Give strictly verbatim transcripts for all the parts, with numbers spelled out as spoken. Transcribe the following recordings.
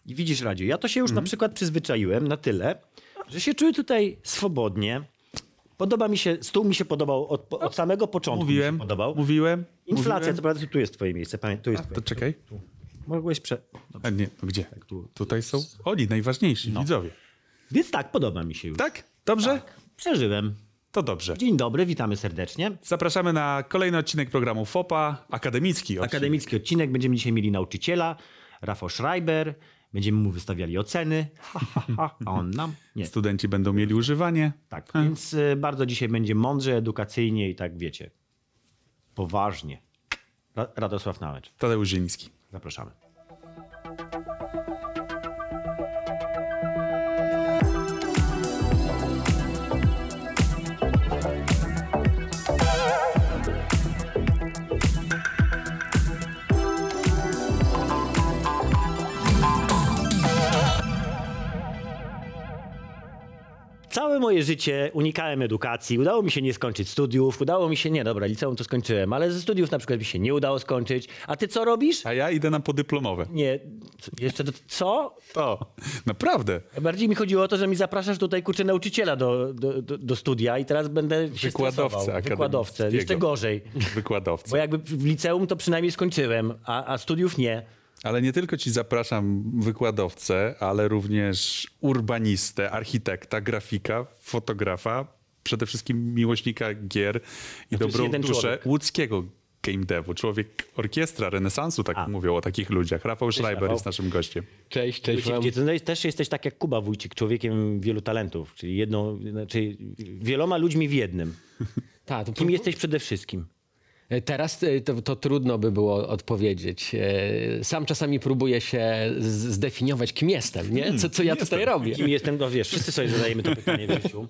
i widzisz radio. Ja to się już Mhm. na przykład przyzwyczaiłem na tyle, że się czuję tutaj swobodnie. Podoba mi się, stół mi się podobał od, od samego początku. Mówiłem, mi się podobał. mówiłem. Inflacja, mówiłem. co prawda, tu jest twoje miejsce. Pamię, tu jest To twoje. czekaj. Mogłeś prze... A nie, no gdzie? tu- Tutaj są oni, najważniejsi, widzowie. Więc tak, podoba mi się już. Tak? Dobrze? Tak. Przeżyłem. To dobrze. Dzień dobry, witamy serdecznie. Zapraszamy na kolejny odcinek programu FOPA, akademicki odcinek. Akademicki odcinek. Będziemy dzisiaj mieli nauczyciela, Rafał Schreiber. Będziemy mu wystawiali oceny. Ha, ha, ha. A on nam? Nie. Studenci będą mieli używanie. Tak, więc y, bardzo dzisiaj będzie mądrze, edukacyjnie i tak wiecie, poważnie. Ra- Radosław Nałęcz. Tadeusz Zieliński. Zapraszamy. Całe moje życie unikałem edukacji. Udało mi się nie skończyć studiów. Udało mi się, nie dobra, liceum to skończyłem, ale ze studiów na przykład mi się nie udało skończyć. A ty co robisz? A ja idę na podyplomowe. Nie, jeszcze do, co? To, naprawdę. Bardziej mi chodziło o to, że mi zapraszasz tutaj kurczę nauczyciela do, do, do, do studia i teraz będę się Wykładowcę stresował. Wykładowcę, akademickiego. jeszcze gorzej. Wykładowcy. Bo jakby w liceum to przynajmniej skończyłem, a, a studiów nie. Ale nie tylko ci zapraszam wykładowcę, ale również urbanistę, architekta, grafika, fotografa, przede wszystkim miłośnika gier i No to jest dobrą jeden duszę człowiek. łódzkiego game devu. Człowiek orkiestra renesansu, tak A. mówią o takich ludziach. Rafał Schreiber Rafał. jest naszym gościem. Cześć, cześć wam. Gdzie ty też jesteś tak jak Kuba Wójcik, człowiekiem wielu talentów, czyli jedną, znaczy wieloma ludźmi w jednym. Ta, to Kim jesteś przede wszystkim? Teraz e, to, to trudno by było odpowiedzieć. E, Sam czasami próbuję się z- zdefiniować, kim jestem, nie? Co, co ja tutaj robię. Kim jestem? No wiesz, wszyscy sobie zadajemy to pytanie w życiu.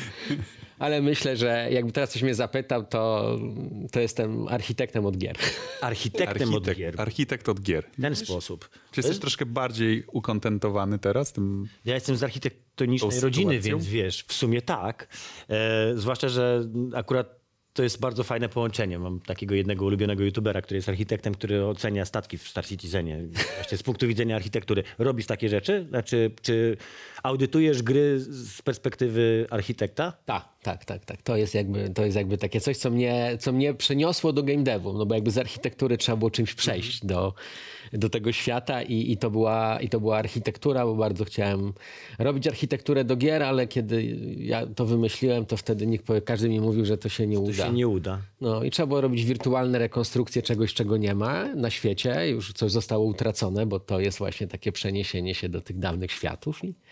Ale myślę, że jakby teraz ktoś mnie zapytał, to, to jestem architektem od gier. Architektem od gier. Architekt, architekt od gier. W ten sposób. Czy jesteś troszkę bardziej ukontentowany teraz? Tym... Ja jestem z architektonicznej Tą rodziny, sytuacją? więc wiesz, w sumie tak. E, zwłaszcza, że akurat to jest bardzo fajne połączenie. Mam takiego jednego ulubionego youtubera, który jest architektem, który ocenia statki w Star Citizenie. Właśnie z punktu widzenia architektury. Robisz takie rzeczy? Znaczy, czy audytujesz gry z perspektywy architekta? Tak, tak, tak, tak. To jest jakby, to jest jakby takie coś, co mnie, co mnie przeniosło do game devu, no bo jakby z architektury trzeba było czymś przejść do, do tego świata i, i, to była, i to była architektura, bo bardzo chciałem robić architekturę do gier, ale kiedy ja to wymyśliłem, to wtedy nikt, powie- każdy mi mówił, że to się nie To uda. się nie uda. No i trzeba było robić wirtualne rekonstrukcje czegoś, czego nie ma na świecie, już coś zostało utracone, bo to jest właśnie takie przeniesienie się do tych dawnych światów i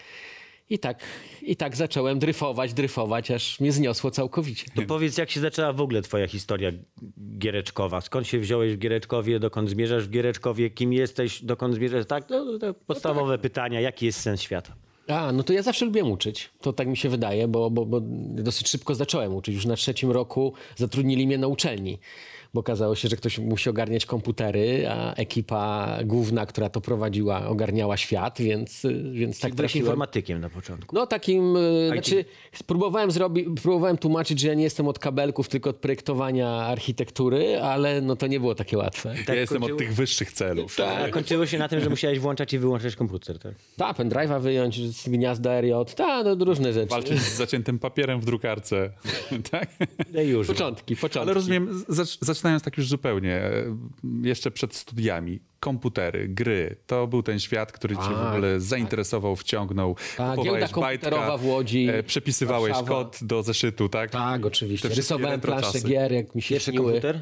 I tak, I tak zacząłem dryfować, dryfować, aż mnie zniosło całkowicie. To powiedz, jak się zaczęła w ogóle twoja historia giereczkowa? Skąd się wziąłeś w Giereczkowie? Dokąd zmierzasz w Giereczkowie? Kim jesteś? Dokąd zmierzasz? Tak, no, to podstawowe pytania. Jaki jest sens świata? A, no to ja zawsze lubiłem uczyć. To tak mi się wydaje, bo, bo, bo dosyć szybko zacząłem uczyć. Już na trzecim roku zatrudnili mnie na uczelni, bo okazało się, że ktoś musi ogarniać komputery, a ekipa główna, która to prowadziła, ogarniała świat, więc, więc tak Byłeś trafiłem. informatykiem na początku. No takim, y, znaczy próbowałem, zrobi- próbowałem tłumaczyć, że ja nie jestem od kabelków, tylko od projektowania architektury, ale no to nie było takie łatwe. Ja jestem kończyło- od tych wyższych celów. A kończyło się na tym, że musiałeś włączać i wyłączać komputer, tak? Ta, pendrive'a wyjąć z gniazda R J, ta, no różne rzeczy. Walczyć z zaciętym papierem w drukarce. Tak? No i już. Początki, początki. Ale rozumiem, zac- zaczynając tak już zupełnie, e, jeszcze przed studiami, komputery, gry, to był ten świat, który cię w ogóle zainteresował, wciągnął. Tak, Kupowałeś giełda komputerowa bajtka, w Łodzi, e, przepisywałeś Warszawa. kod do zeszytu, tak? Tak, oczywiście. Te wszystkie Rysowałem plansze retroczasy. gier, jak mi się Pierwszy śniły. komputer?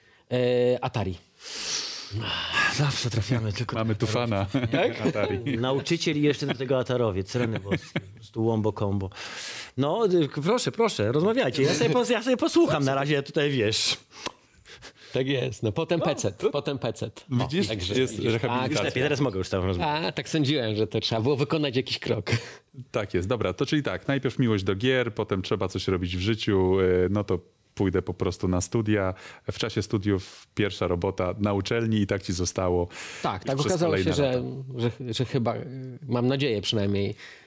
E, Atari. Zawsze trafiamy tylko... Mamy tu fana. Atari. Nauczyciel i jeszcze do tego Atarowiec. Rany boskie. Po prostu łombo kombo. No, y, proszę, proszę, rozmawiajcie. Ja sobie, pos- ja sobie posłucham na razie tutaj, wiesz. Tak jest. No potem pecet, potem pecet. O, Widzisz? także- Jest widzisz. rehabilitacja. Już lepiej, teraz mogę już z tobą rozmawiać. A, tak sądziłem, że to trzeba było wykonać jakiś krok. Tak jest, dobra, to czyli tak, najpierw miłość do gier, potem trzeba coś robić w życiu, e, no to pójdę po prostu na studia. W czasie studiów pierwsza robota na uczelni i tak ci zostało. Tak, tak przez okazało się, kolejne że, lata. że, że chyba, y, mam nadzieję przynajmniej,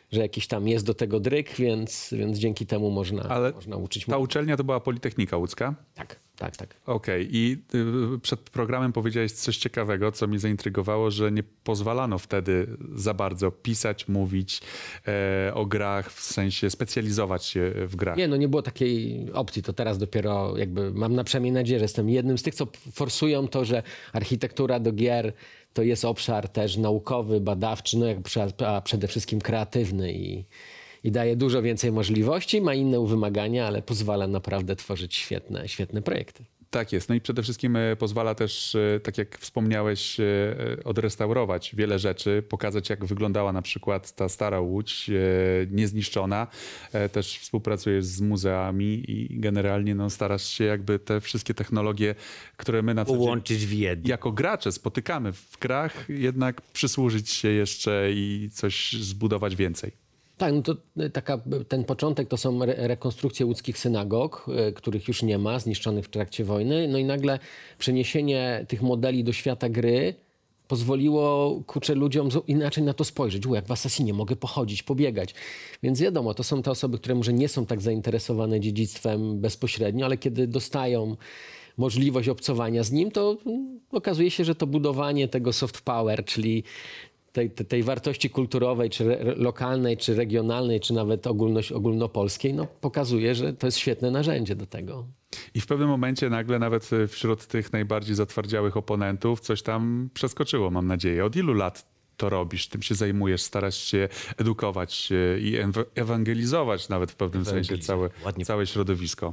że jakiś tam jest do tego dryk, więc, więc dzięki temu można, Ale można uczyć. ta uczelnia to była Politechnika Łódzka? Tak, tak, tak. Okej. I y, przed programem powiedziałeś coś ciekawego, co mi zaintrygowało, że nie pozwalano wtedy za bardzo pisać, mówić e, o grach, w sensie specjalizować się w grach. Nie, no nie było takiej opcji, to teraz dopiero jakby mam na przynajmniej nadzieję, że jestem jednym z tych, co forsują to, że architektura do gier to jest obszar też naukowy, badawczy, no jak, a przede wszystkim kreatywny i, i daje dużo więcej możliwości, ma inne wymagania, ale pozwala naprawdę tworzyć świetne, świetne projekty. Tak jest. No i przede wszystkim e, pozwala też, e, tak jak wspomniałeś, e, odrestaurować wiele rzeczy, pokazać jak wyglądała na przykład ta stara Łódź, e, niezniszczona. E, Też współpracujesz z muzeami i generalnie no, starasz się jakby te wszystkie technologie, które my na co dzień Połączyć w jedno. jako gracze spotykamy w grach, jednak przysłużyć się jeszcze i coś zbudować więcej. Tak, no to taka, ten początek to są re- rekonstrukcje łódzkich synagog, y, których już nie ma, zniszczonych w trakcie wojny. No i nagle przeniesienie tych modeli do świata gry pozwoliło kurczę, ludziom z- inaczej na to spojrzeć. U, jak w Assassinie mogę pochodzić, pobiegać. Więc wiadomo, to są te osoby, które może nie są tak zainteresowane dziedzictwem bezpośrednio, ale kiedy dostają możliwość obcowania z nim, to mm, okazuje się, że to budowanie tego soft power, czyli tej, tej, tej wartości kulturowej, czy re, lokalnej, czy regionalnej, czy nawet ogólność, ogólnopolskiej, no, pokazuje, że to jest świetne narzędzie do tego. I w pewnym momencie nagle nawet wśród tych najbardziej zatwardziałych oponentów coś tam przeskoczyło, mam nadzieję. Od ilu lat to robisz, tym się zajmujesz, starasz się edukować e, i ewa- ewangelizować nawet w pewnym sensie Ewangelizować. całe, Ładnie. całe środowisko.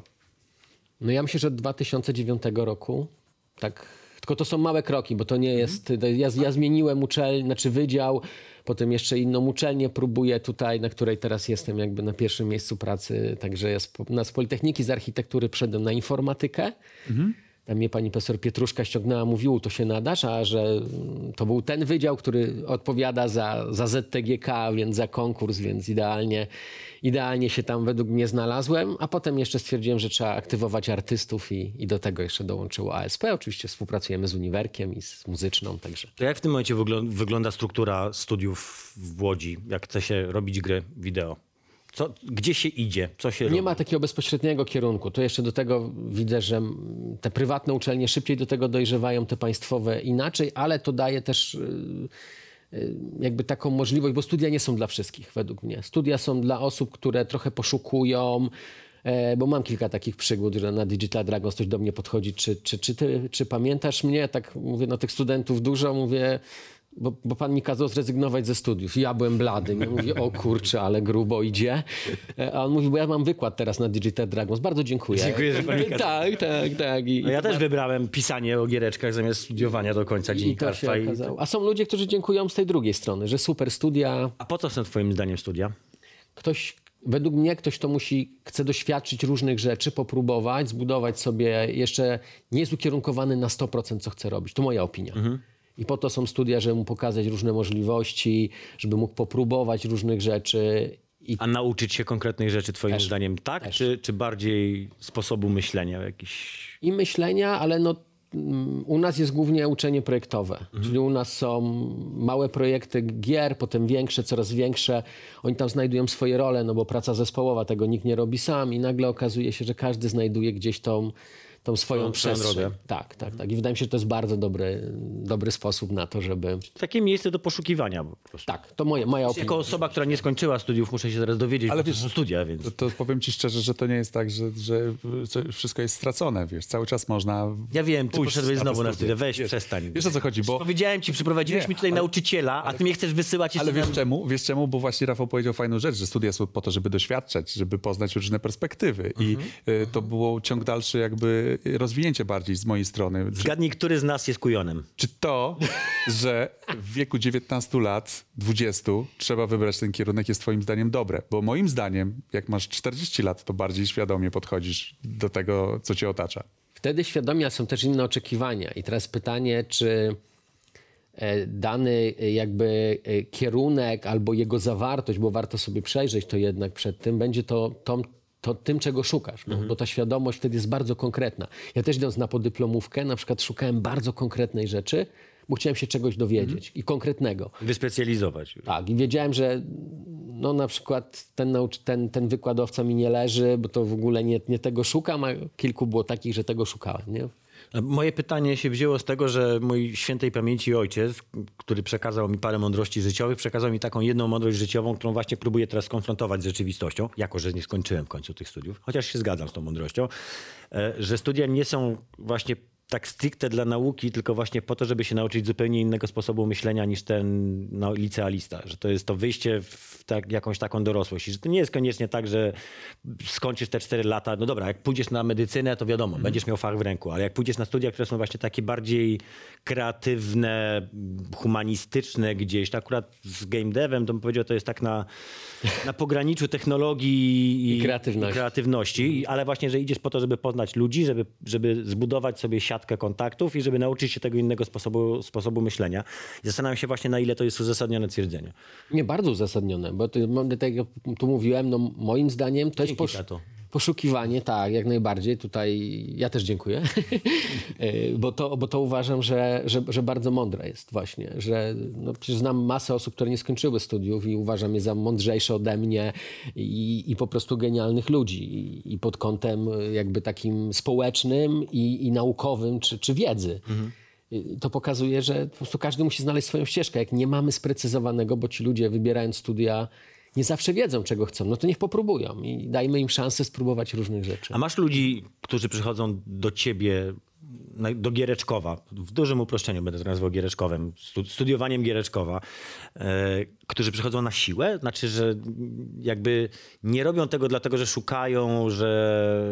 No ja myślę, że od dwa tysiące dziewiątego roku, tak, tylko to są małe kroki, bo to nie jest, to ja, ja zmieniłem uczelnię, znaczy wydział, potem jeszcze inną uczelnię próbuję tutaj, na której teraz jestem jakby na pierwszym miejscu pracy, także ja z, na, z Politechniki z architektury wszedłem na informatykę. Tam mnie pani profesor Pietruszka ściągnęła, mówił, to się nadasz, a że mm, to był ten wydział, który odpowiada za, za Z T G K, więc za konkurs, więc idealnie, idealnie się tam według mnie znalazłem, a potem jeszcze stwierdziłem, że trzeba aktywować artystów i, i do tego jeszcze dołączyło A S P. Oczywiście współpracujemy z Uniwerkiem i z muzyczną, także. To jak w tym momencie wyglą- wygląda struktura studiów w Łodzi, jak chce się robić gry wideo? Co, gdzie się idzie? Co się robi? Nie ma takiego bezpośredniego kierunku. To jeszcze do tego widzę, że mm, te prywatne uczelnie szybciej do tego dojrzewają, te państwowe inaczej, ale to daje też y, y, jakby taką możliwość, bo studia nie są dla wszystkich według mnie. Studia są dla osób, które trochę poszukują, e, bo mam kilka takich przygód, że na Digital Dragons ktoś do mnie podchodzi, czy, czy, czy ty czy pamiętasz mnie? Tak mówię, no tych studentów dużo, mówię, bo, bo pan mi kazał zrezygnować ze studiów. I ja byłem blady. I mówię, o kurczę, ale grubo idzie. E, A on mówi, bo ja mam wykład teraz na Digital Dragons. Bardzo dziękuję. Dziękuję, że pan mi kazał. Tak, tak, tak. I, No ja też wybrałem pisanie o giereczkach zamiast studiowania do końca i to się dziennikarstwa. I... okazało. A są ludzie, którzy dziękują z tej drugiej strony, że super studia. A po co są twoim zdaniem studia? Ktoś, według mnie ktoś to musi, chce doświadczyć różnych rzeczy, popróbować, zbudować sobie jeszcze, nie jest ukierunkowany na sto procent co chce robić. To moja opinia. I po to są studia, żeby mu pokazać różne możliwości, żeby mógł popróbować różnych rzeczy. I A nauczyć się konkretnych rzeczy twoim Też. zdaniem tak? Też. Czy, czy bardziej sposobu myślenia jakiś? i myślenia, ale no, mm, u nas jest głównie uczenie projektowe. Czyli u nas są małe projekty gier, potem większe, coraz większe. Oni tam znajdują swoje role, no bo praca zespołowa, tego nikt nie robi sam i nagle okazuje się, że każdy znajduje gdzieś tą, tą swoją Swoją przestrzeń. drogę. Tak, tak, tak. I wydaje mi się, że to jest bardzo dobry, dobry sposób na to, żeby... Takie miejsce do poszukiwania po prostu. Tak, to moja, moja opinia. Jako osoba, która nie skończyła studiów, muszę się teraz dowiedzieć, Ale ale wiesz- są studia, więc... To, to powiem ci szczerze, że to nie jest tak, że, że co- wszystko jest stracone, wiesz, cały czas można Ja wiem, ty pójść poszedłeś te znowu na studia. studia, weź Wiesz, przestań. Wiesz o co chodzi, bo... Powiedziałem ci, przyprowadziłeś Nie, mi tutaj ale- nauczyciela, a ty mnie chcesz wysyłać jeszcze Ale wiesz na... czemu? Wiesz czemu? Bo właśnie Rafał powiedział fajną rzecz, że studia są po to, żeby doświadczać, żeby poznać różne perspektywy. I y, to było ciąg dalszy jakby rozwinięcie bardziej z mojej strony. Czy, Zgadnij, który z nas jest kujonem. czy to, że w wieku dziewiętnastu lat, dwudziestu trzeba wybrać ten kierunek jest twoim zdaniem dobre? Bo moim zdaniem, jak masz czterdzieści lat, to bardziej świadomie podchodzisz do tego, co cię otacza. Wtedy świadomie są też inne oczekiwania. I teraz pytanie, czy e, dany e, jakby e, kierunek albo jego zawartość, bo warto sobie przejrzeć to jednak przed tym, będzie to, tą, to tym, czego szukasz. No, bo ta świadomość wtedy jest bardzo konkretna. Ja też idąc na podyplomówkę, na przykład szukałem bardzo konkretnej rzeczy, bo chciałem się czegoś dowiedzieć i konkretnego. Wyspecjalizować. Tak, i wiedziałem, że no na przykład ten, naucz- ten, ten wykładowca mi nie leży, bo to w ogóle nie, nie tego szukam, a kilku było takich, że tego szukałem, nie? Moje pytanie się wzięło z tego, że mój świętej pamięci ojciec, który przekazał mi parę mądrości życiowych, przekazał mi taką jedną mądrość życiową, którą właśnie próbuję teraz skonfrontować z rzeczywistością, jako że nie skończyłem w końcu tych studiów, chociaż się zgadzam z tą mądrością, że studia nie są właśnie tak stricte dla nauki, tylko właśnie po to, żeby się nauczyć zupełnie innego sposobu myślenia niż ten no, licealista. Że to jest to wyjście w tak, jakąś taką dorosłość. I że to nie jest koniecznie tak, że skończysz te cztery lata, no dobra, jak pójdziesz na medycynę, to wiadomo, mm. będziesz miał fach w ręku, ale jak pójdziesz na studia, które są właśnie takie bardziej kreatywne, humanistyczne gdzieś, to akurat z game devem, to bym powiedział, to jest tak na, na pograniczu technologii i, I kreatywności, i kreatywności, ale właśnie, że idziesz po to, żeby poznać ludzi, żeby, żeby zbudować sobie siatkę kontaktów i żeby nauczyć się tego innego sposobu, sposobu myślenia. I zastanawiam się właśnie, na ile to jest uzasadnione twierdzenie. Nie, bardzo uzasadnione, bo to, tak jak tu mówiłem, no moim zdaniem to jest posz... poszukiwanie, tak, jak najbardziej. Tutaj ja też dziękuję, bo, to, bo to uważam, że, że, że bardzo mądre jest właśnie, że no przecież znam masę osób, które nie skończyły studiów i uważam je za mądrzejsze ode mnie i, i po prostu genialnych ludzi i, i pod kątem jakby takim społecznym i, i naukowym czy, czy wiedzy. Mhm. To pokazuje, że po prostu każdy musi znaleźć swoją ścieżkę. Jak nie mamy sprecyzowanego, bo ci ludzie wybierając studia nie zawsze wiedzą, czego chcą, no to niech popróbują i dajmy im szansę spróbować różnych rzeczy. A masz ludzi, którzy przychodzą do ciebie, do Giereczkowa, w dużym uproszczeniu będę to nazwał Giereczkowem, studiowaniem Giereczkowa, e, którzy przychodzą na siłę? Znaczy, że jakby nie robią tego dlatego, że szukają, że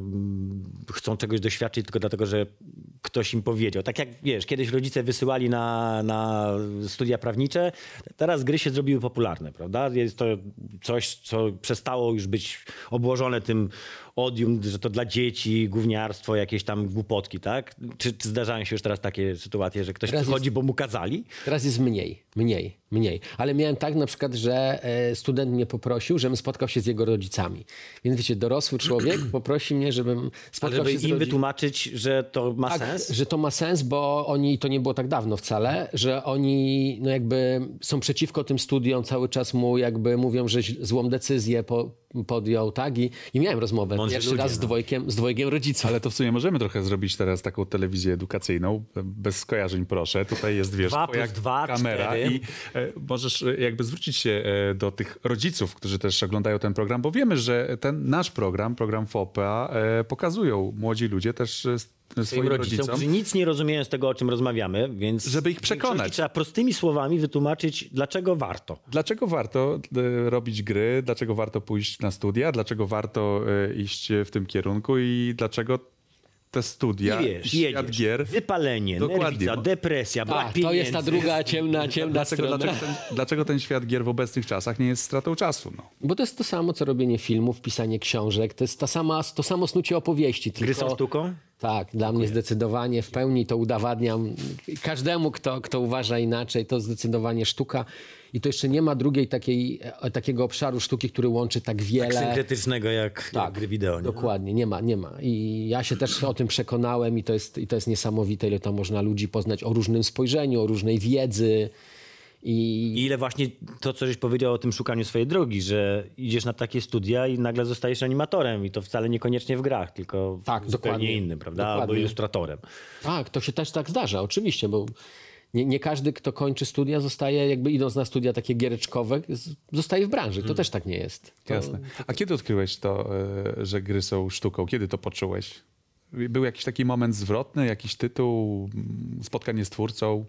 chcą czegoś doświadczyć, tylko dlatego, że ktoś im powiedział. Tak jak, wiesz, kiedyś rodzice wysyłali na, na studia prawnicze, teraz gry się zrobiły popularne, prawda? Jest to coś, co przestało już być obłożone tym odium, że to dla dzieci, gówniarstwo, jakieś tam głupotki, tak? Czy, czy zdarzają się już teraz takie sytuacje, że ktoś teraz przychodzi, jest, bo mu kazali? Teraz jest mniej, mniej, mniej. Ale miałem tak na przykład, że student mnie poprosił, żebym spotkał się z jego rodzicami. Więc wiecie, dorosły człowiek poprosi mnie, żebym spotkał Ale żeby się z im rodzicami. wytłumaczyć, że to ma tak, sens? Że to ma sens, bo oni, to nie było tak dawno wcale, że oni no jakby są przeciwko tym studiom, cały czas mu jakby mówią, że złą decyzję po, podjął, tak? I, i miałem rozmowę Mądrzy pierwszy ludzie, raz z no. dwojgiem, z dwojgiem rodziców. Ale to w sumie możemy trochę zrobić teraz taką telewizję edukacyjną, bez skojarzeń proszę. Tutaj jest, wiesz, Dwa twoja plus dwa, kamera cztery. i e, możesz e, jakby zwrócić się e, do tych rodziców, którzy też oglądają ten program, bo wiemy, że ten nasz program, program FOPA, e, pokazują młodzi ludzie też e, swoim, swoim rodzicom, rodzicom, którzy nic nie rozumieją z tego, o czym rozmawiamy, więc żeby ich przekonać. Trzeba prostymi słowami wytłumaczyć, dlaczego warto. Dlaczego warto e, robić gry, dlaczego warto pójść na studia, dlaczego warto e, iść w tym kierunku i dlaczego te studia, I wiesz, świat jedziesz, gier... wypalenie, Dokładnie. nerwica, depresja, brak A, pieniędzy. to jest ta druga ciemna, ciemna Dlaczego, strona. dlaczego, ten, dlaczego ten świat gier w obecnych czasach nie jest stratą czasu? No. Bo to jest to samo, co robienie filmów, pisanie książek. To jest ta sama, to samo snucie opowieści. Gry Tylko... są sztuką? Tak, dla mnie zdecydowanie w pełni to udowadniam. Każdemu, kto, kto uważa inaczej, to zdecydowanie sztuka. I to jeszcze nie ma drugiej takiej, takiego obszaru sztuki, który łączy tak wiele. Tak syntetycznego jak, Tak, jak gry wideo. Nie? Dokładnie, nie ma, nie ma. I ja się też o tym przekonałem i to jest, i to jest niesamowite, ile tam można ludzi poznać o różnym spojrzeniu, o różnej wiedzy. I... I ile właśnie to, co żeś powiedział o tym szukaniu swojej drogi, że idziesz na takie studia i nagle zostajesz animatorem i to wcale niekoniecznie w grach, tylko Tak, zupełnie dokładnie. innym, prawda? Dokładnie. Albo ilustratorem. Tak, to się też tak zdarza, oczywiście, bo nie, nie każdy, kto kończy studia, zostaje, jakby idąc na studia takie giereczkowe, z- zostaje w branży. To też tak nie jest. To... Jasne. A kiedy odkryłeś to, e, że gry są sztuką? Kiedy to poczułeś? Był jakiś taki moment zwrotny, jakiś tytuł, mm, spotkanie z twórcą?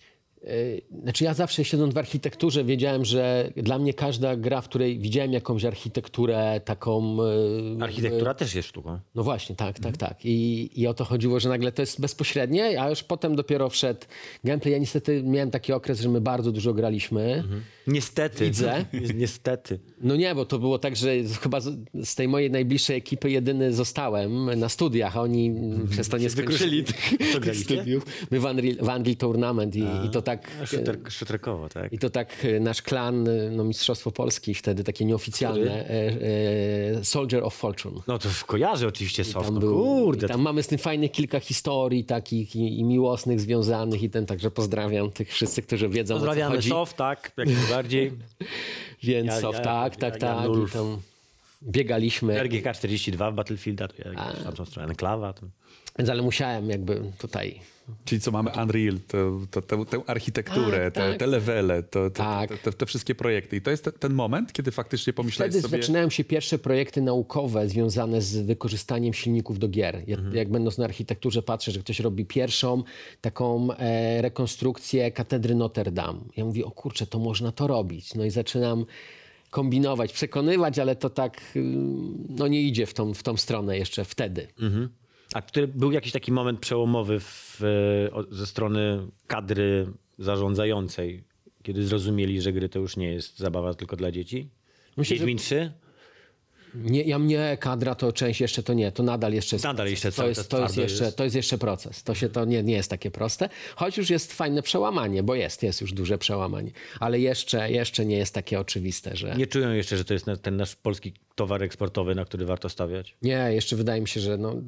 Znaczy ja zawsze siedząc w architekturze wiedziałem, że dla mnie każda gra, w której widziałem jakąś architekturę taką... e, Architektura też jest sztuką. No właśnie, tak, tak, tak. I, I o to chodziło, że nagle to jest bezpośrednie, a już potem dopiero wszedł gameplay. Ja niestety miałem taki okres, że my bardzo dużo graliśmy. Niestety. Widzę. Niestety. No nie, bo to było tak, że chyba z, z tej mojej najbliższej ekipy jedyny zostałem na studiach, a oni przez to nie skończyli tych, tych graliście? studiów. My w Unreal, w Unreal Tournament i, i to tak... Szuter, szuterkowo, tak. I to tak e, nasz klan, e, no Mistrzostwo Polski wtedy, takie nieoficjalne, e, e, Soldier of Fortune. No to kojarzę oczywiście Tam soft. był, Kurde. i tam mamy z tym fajnych kilka historii takich i, i miłosnych związanych i ten, także pozdrawiam tych wszyscy, którzy wiedzą, o co Pozdrawiamy chodzi. soft, tak, jak najbardziej. Więc Ja- soft, ja- tak, ja- tak, ja- tak. Janulf. I tam biegaliśmy. R G K czterdzieści dwa w Battlefielda, to ja jakąś tamtą stronę, Enklawa. To... Więc ale musiałem jakby tutaj... Czyli co mamy Unreal, to, to, tę- tę architekturę, Tak, te, tak. te levele, to, to, Tak. te, te, te wszystkie projekty. I to jest te, ten moment, kiedy faktycznie pomyślałeś Wtedy sobie... zaczynają się pierwsze projekty naukowe związane z wykorzystaniem silników do gier. Ja, Mhm. Jak będąc na architekturze patrzę, że ktoś robi pierwszą taką e, rekonstrukcję katedry Notre Dame. Ja mówię, o kurczę, to można to robić. No i zaczynam kombinować, przekonywać, ale to tak y, no nie idzie w tą, w tą stronę jeszcze wtedy. Mhm. A który, był jakiś taki moment przełomowy w, e, o- ze strony kadry zarządzającej, kiedy zrozumieli, że gry to już nie jest zabawa tylko dla dzieci? Myślę, że- Wiedźmin trzy? Nie, ja mnie kadra to część jeszcze to nie, to nadal jeszcze jest Nadal proces. jeszcze to cały jest, czas to jest twardo jeszcze jest. to jest jeszcze proces. To się to nie, nie jest takie proste, choć już jest fajne przełamanie, bo jest, jest już duże przełamanie, ale jeszcze, jeszcze nie jest takie oczywiste, że Nie czują jeszcze, że to jest na- ten nasz polski towar eksportowy, na który warto stawiać? nie, jeszcze wydaje mi się, że no,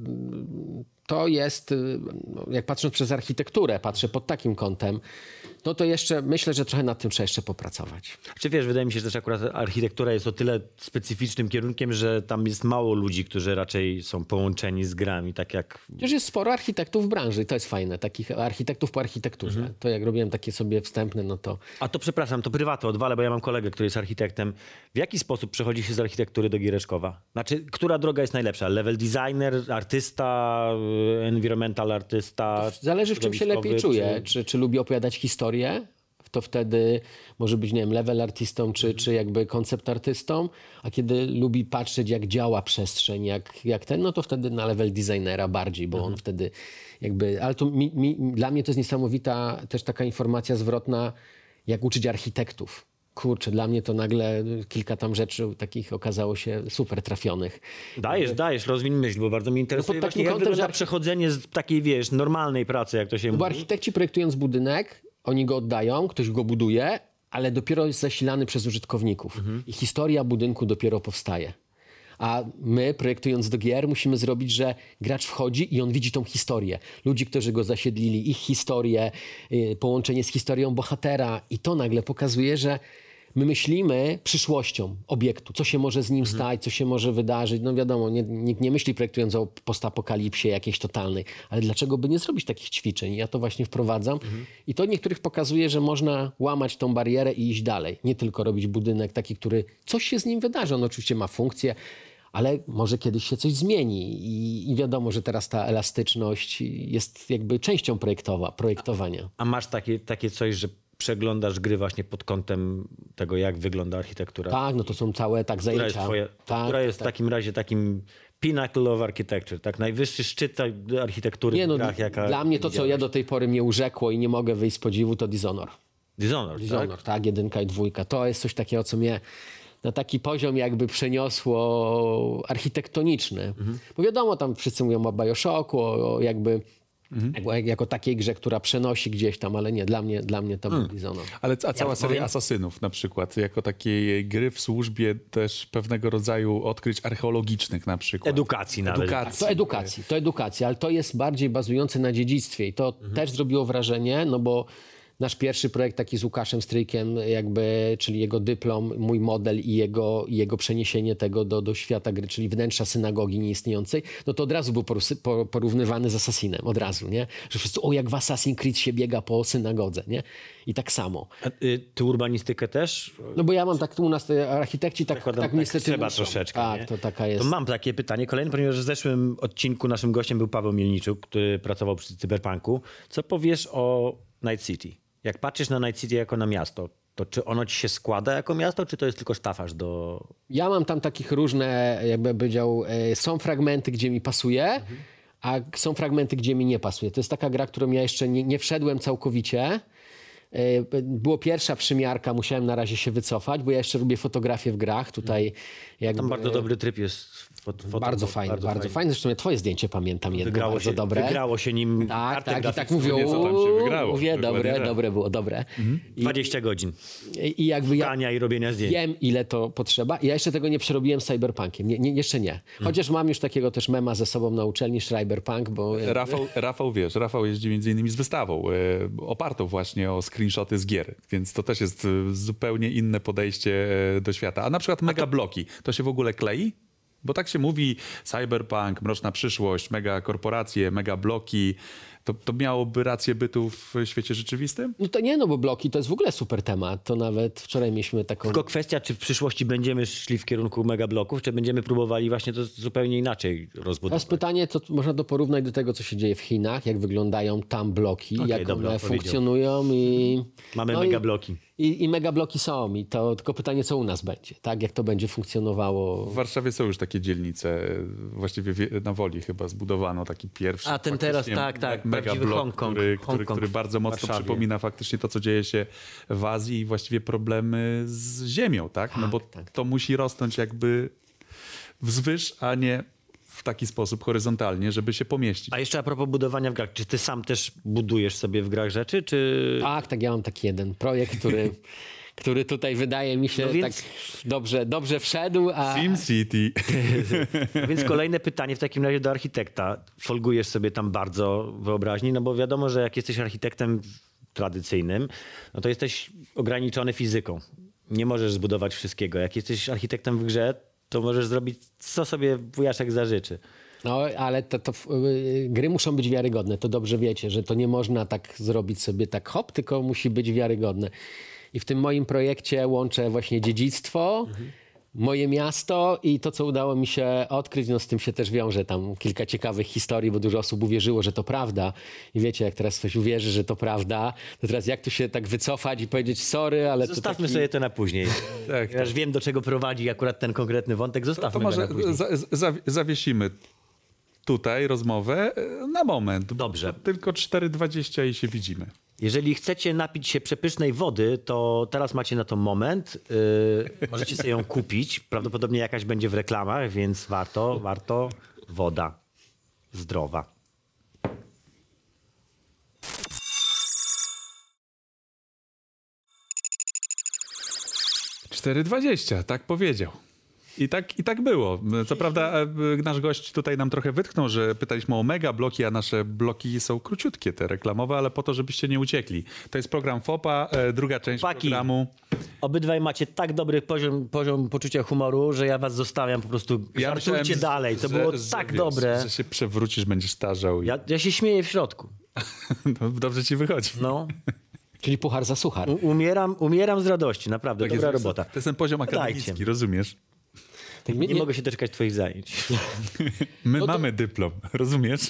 to jest, y, no, jak patrząc przez architekturę, patrzę pod takim kątem, no to jeszcze myślę, że trochę nad tym trzeba jeszcze popracować. Czy wiesz, wydaje mi się, że też akurat architektura jest o tyle specyficznym kierunkiem, że tam jest mało ludzi, którzy raczej są połączeni z grami, tak jak... Przecież jest sporo architektów w branży i to jest fajne, takich architektów po architekturze. Mhm. To jak robiłem takie sobie wstępne, no to A to przepraszam, to prywatę odwalę, bo ja mam kolegę, który jest architektem. W jaki sposób przechodzi się z architektury do giereczkowa? Znaczy, która droga jest najlepsza? Level designer, artysta, y, environmental artysta? zależy w czym się lepiej środowiskowy, czuję. Czy, czy lubi opowiadać historię, to wtedy może być, nie wiem, level artystą, czy, czy jakby koncept artystą, a kiedy lubi patrzeć, jak działa przestrzeń, jak, jak ten, no to wtedy na level designera bardziej, bo on wtedy jakby, ale to mi, mi, dla mnie to jest niesamowita też taka informacja zwrotna, jak uczyć architektów. Kurczę, dla mnie to nagle kilka tam rzeczy takich okazało się super trafionych. Dajesz, dajesz, rozwiń myśl, bo bardzo mnie interesuje pod takim właśnie, jak kątem, wygląda że- przechodzenie z takiej, wiesz, normalnej pracy, jak to się Bo mówi. architekci projektując budynek, oni go oddają, ktoś go buduje, ale dopiero jest zasilany przez użytkowników. I historia budynku dopiero powstaje. A my, projektując do gier, musimy zrobić, że gracz wchodzi i on widzi tą historię. Ludzi, którzy go zasiedlili, ich historię, y, połączenie z historią bohatera. I to nagle pokazuje, że my myślimy przyszłością obiektu, co się może z nim stać, co się może wydarzyć. No wiadomo, nie, nikt nie myśli projektując o postapokalipsie jakiejś totalnej, ale dlaczego by nie zrobić takich ćwiczeń? Ja to właśnie wprowadzam i to niektórych pokazuje, że można łamać tą barierę i iść dalej. Nie tylko robić budynek taki, który coś się z nim wydarzy. On oczywiście ma funkcję, ale może kiedyś się coś zmieni i, i wiadomo, że teraz ta elastyczność jest jakby częścią projektowa, projektowania. A masz takie, takie coś, że przeglądasz gry właśnie pod kątem tego, jak wygląda architektura? Tak, no to są całe tak Która zajęcia. jest, twoja, tak, która jest tak. w takim razie takim pinnacle of architecture, tak? Najwyższy szczyt tej architektury Nie, w no, grach, jaka... dla mnie to, co ja do tej pory mnie urzekło i nie mogę wyjść z podziwu, to Dishonor. Dishonored, Dishonor, tak? tak? Jedynka i dwójka. To jest coś takiego, co mnie na taki poziom jakby przeniosło architektoniczny. Mhm. Bo wiadomo, tam wszyscy mówią o Bioshocku, o, o jakby Mhm. jako, jako takiej grze, która przenosi gdzieś tam, ale nie, dla mnie, dla mnie to Hmm. był Dishonor. Ale a cała seria powiem- Asasynów na przykład, jako takiej gry w służbie też pewnego rodzaju odkryć archeologicznych na przykład. Edukacji nawet. Edukacji. To edukacji, to edukacja, ale to jest bardziej bazujące na dziedzictwie i to Mhm. też zrobiło wrażenie, no bo nasz pierwszy projekt taki z Łukaszem Stryjkiem, jakby, czyli jego dyplom, mój model i jego, i jego przeniesienie tego do, do świata gry, czyli wnętrza synagogi nieistniejącej, no to od razu był porusy- po- porównywany z Assassinem, od razu, nie? Że wszyscy, o jak w Assassin's Creed się biega po synagodze, nie? I tak samo. A, y, ty urbanistykę też? No bo ja mam tak, u nas te architekci tak, Zakładam, tak tak niestety trzeba muszą. troszeczkę, Tak, nie? to taka jest. To mam takie pytanie kolejne, ponieważ w zeszłym odcinku naszym gościem był Paweł Mielniczuk, który pracował przy Cyberpunku. Co powiesz o Night City? Jak patrzysz na Night City jako na miasto, to czy ono ci się składa jako miasto, czy to jest tylko sztafaż do... Ja mam tam takich różne, jakby powiedział, e, są fragmenty, gdzie mi pasuje, a są fragmenty, gdzie mi nie pasuje. To jest taka gra, którą ja jeszcze nie, nie wszedłem całkowicie. E, Było pierwsza przymiarka, musiałem na razie się wycofać, bo ja jeszcze lubię fotografię w grach. Tutaj jakby, Tam bardzo dobry tryb jest. Fot, foto, bardzo fajny, bardzo, fajny. Zresztą ja twoje zdjęcie pamiętam jedno, Wygrało bardzo się, dobre. wygrało się nim Tak, kartę tak, i tak graficzną. mówią, nie, co tam się wygrało. mówię, Dokładnie dobre, tak. dobre było, dobre. I, dwadzieścia godzin I jakby ja, Kania i robienia zdjęć. wiem, ile to potrzeba. Ja jeszcze tego nie przerobiłem z Cyberpunkiem. Nie, nie, jeszcze nie. Chociaż mam już takiego też mema ze sobą na uczelni, Cyberpunk, bo... Rafał, Rafał, wiesz, Rafał jeździ między innymi z wystawą, e, opartą właśnie o, skry, screenshoty z gier, więc to też jest y, zupełnie inne podejście y, do świata. A na przykład megabloki, to się w ogóle klei? Bo tak się mówi, cyberpunk, mroczna przyszłość, mega korporacje, mega bloki. To, to miałoby rację bytu w świecie rzeczywistym? No to nie, no bo bloki to jest w ogóle super temat. To nawet wczoraj mieliśmy taką... Tylko kwestia, czy w przyszłości będziemy szli w kierunku megabloków, czy będziemy próbowali właśnie to zupełnie inaczej rozbudować. Teraz pytanie, to można to porównać do tego, co się dzieje w Chinach, jak wyglądają tam bloki, Okej, jak dobra, one powiedział. funkcjonują i... Mamy no megabloki. I, i, I megabloki są i to tylko pytanie, co u nas będzie, tak? Jak to będzie funkcjonowało. W Warszawie są już takie dzielnice, właściwie wie- na Woli chyba zbudowano taki pierwszy. A ten teraz, faktycznie tak, tak, prawdziwy megablok, Hongkong. który, który, Hongkong który w bardzo mocno Warszawie. przypomina faktycznie to, co dzieje się w Azji i właściwie problemy z ziemią, tak? No Tak, bo tak. to musi rosnąć jakby wzwyż, a nie w taki sposób horyzontalnie, żeby się pomieścić. A jeszcze a propos budowania w grach, czy ty sam też budujesz sobie w grach rzeczy, czy... Tak, tak, ja mam taki jeden projekt, który, który tutaj wydaje mi się No więc- tak dobrze, dobrze wszedł, a... SimCity. Więc kolejne pytanie w takim razie do architekta. Folgujesz sobie tam bardzo wyobraźni, no bo wiadomo, że jak jesteś architektem tradycyjnym, no to jesteś ograniczony fizyką. Nie możesz zbudować wszystkiego. Jak jesteś architektem w grze, to możesz zrobić co sobie wujaszek zażyczy. No, ale to, to y, gry muszą być wiarygodne. To dobrze wiecie, że to nie można tak zrobić sobie tak hop, tylko musi być wiarygodne. I w tym moim projekcie łączę właśnie dziedzictwo, mhm. moje miasto i to, co udało mi się odkryć, no z tym się też wiąże tam kilka ciekawych historii, bo dużo osób uwierzyło, że to prawda. I wiecie, jak teraz ktoś uwierzy, że to prawda, to teraz jak tu się tak wycofać i powiedzieć sorry, ale Zostawmy to taki... sobie to na później. Tak, Ja już wiem, do czego prowadzi akurat ten konkretny wątek. Zostawmy To go może na później. za, za, zawiesimy tutaj rozmowę e, na moment. Dobrze. Tylko cztery dwadzieścia i się widzimy. Jeżeli chcecie napić się przepysznej wody, to teraz macie na to moment. Yy, możecie sobie ją kupić. Prawdopodobnie jakaś będzie w reklamach, więc warto, warto. Woda zdrowa. cztery dwadzieścia, tak powiedział. I tak, I tak było. Co prawda e, nasz gość tutaj nam trochę wytknął, że pytaliśmy o mega bloki, a nasze bloki są króciutkie, te reklamowe, ale po to, żebyście nie uciekli. To jest program FOPA, e, druga część Chłopaki. programu. Obydwaj macie tak dobry poziom, poziom poczucia humoru, że ja was zostawiam po prostu. Żartujcie myślałem, dalej. To że- było że, tak wiesz, dobre. Że się przewrócisz, będziesz starzał. I... Ja, ja się śmieję w środku. No, dobrze ci wychodzi. No. Czyli puchar za suchar. U- Umieram, umieram z radości, naprawdę. Tak Dobra jest, robota. To jest ten poziom akademicki, Dajcie. rozumiesz? Tak, Nie, mogę się doczekać twoich zajęć. My No to- mamy dyplom, rozumiesz?